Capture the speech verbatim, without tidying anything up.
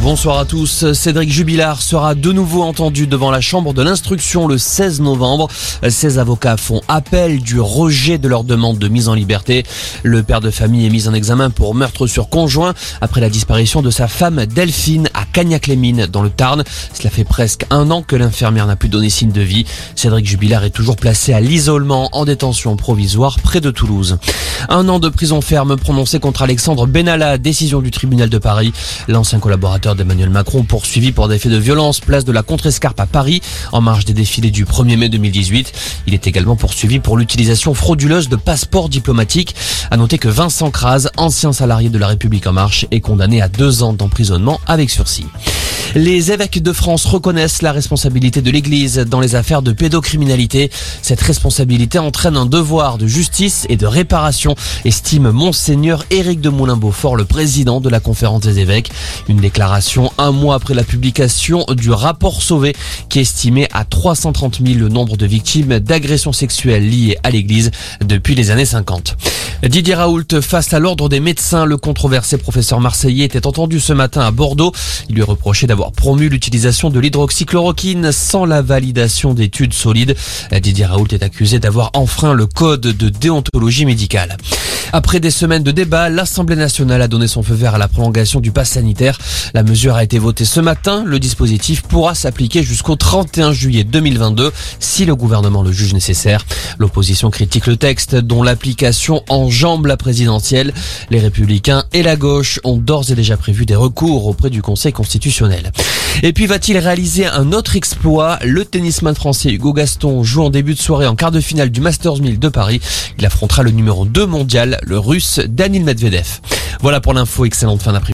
Bonsoir à tous. Cédric Jubilard sera de nouveau entendu devant la chambre de l'instruction le seize novembre. Ses avocats font appel du rejet de leur demande de mise en liberté. Le père de famille est mis en examen pour meurtre sur conjoint après la disparition de sa femme Delphine à Cagnac-les-Mines dans le Tarn. Cela fait presque un an que l'infirmière n'a plus donné signe de vie. Cédric Jubilard est toujours placé à l'isolement en détention provisoire près de Toulouse. Un an de prison ferme prononcé contre Alexandre Benalla, décision du tribunal de Paris. L'ancien collaborateur d'Emmanuel Macron poursuivi pour des faits de violence place de la Contrescarpe à Paris en marge des défilés du premier mai deux mille dix-huit. Il est également poursuivi pour l'utilisation frauduleuse de passeports diplomatiques. À noter que Vincent Crase, ancien salarié de La République En Marche, est condamné à deux ans d'emprisonnement avec sursis. Les évêques de France reconnaissent la responsabilité de l'Église dans les affaires de pédocriminalité. Cette responsabilité entraîne un devoir de justice et de réparation, estime Monseigneur Éric de Moulin-Beaufort, le président de la Conférence des évêques. Une déclaration un mois après la publication du rapport Sauvé qui estimait à trois cent trente mille le nombre de victimes d'agressions sexuelles liées à l'Église depuis les années cinquante. Didier Raoult face à l'ordre des médecins. Le controversé professeur marseillais était entendu ce matin à Bordeaux. Il lui reprochait d'avoir promu l'utilisation de l'hydroxychloroquine sans la validation d'études solides. Didier Raoult est accusé d'avoir enfreint le code de déontologie médicale. Après des semaines de débats, l'Assemblée nationale a donné son feu vert à la prolongation du pass sanitaire. La mesure a été votée ce matin. Le dispositif pourra s'appliquer jusqu'au trente et un juillet deux mille vingt-deux si le gouvernement le juge nécessaire. L'opposition critique le texte dont l'application enjambe la présidentielle. Les Républicains et la gauche ont d'ores et déjà prévu des recours auprès du Conseil constitutionnel. Et puis va-t-il réaliser un autre exploit? Le tennisman français Hugo Gaston joue en début de soirée en quart de finale du Masters mille de Paris. Il affrontera le numéro deux mondial, le russe Daniil Medvedev. Voilà pour l'info, excellente fin d'après-midi.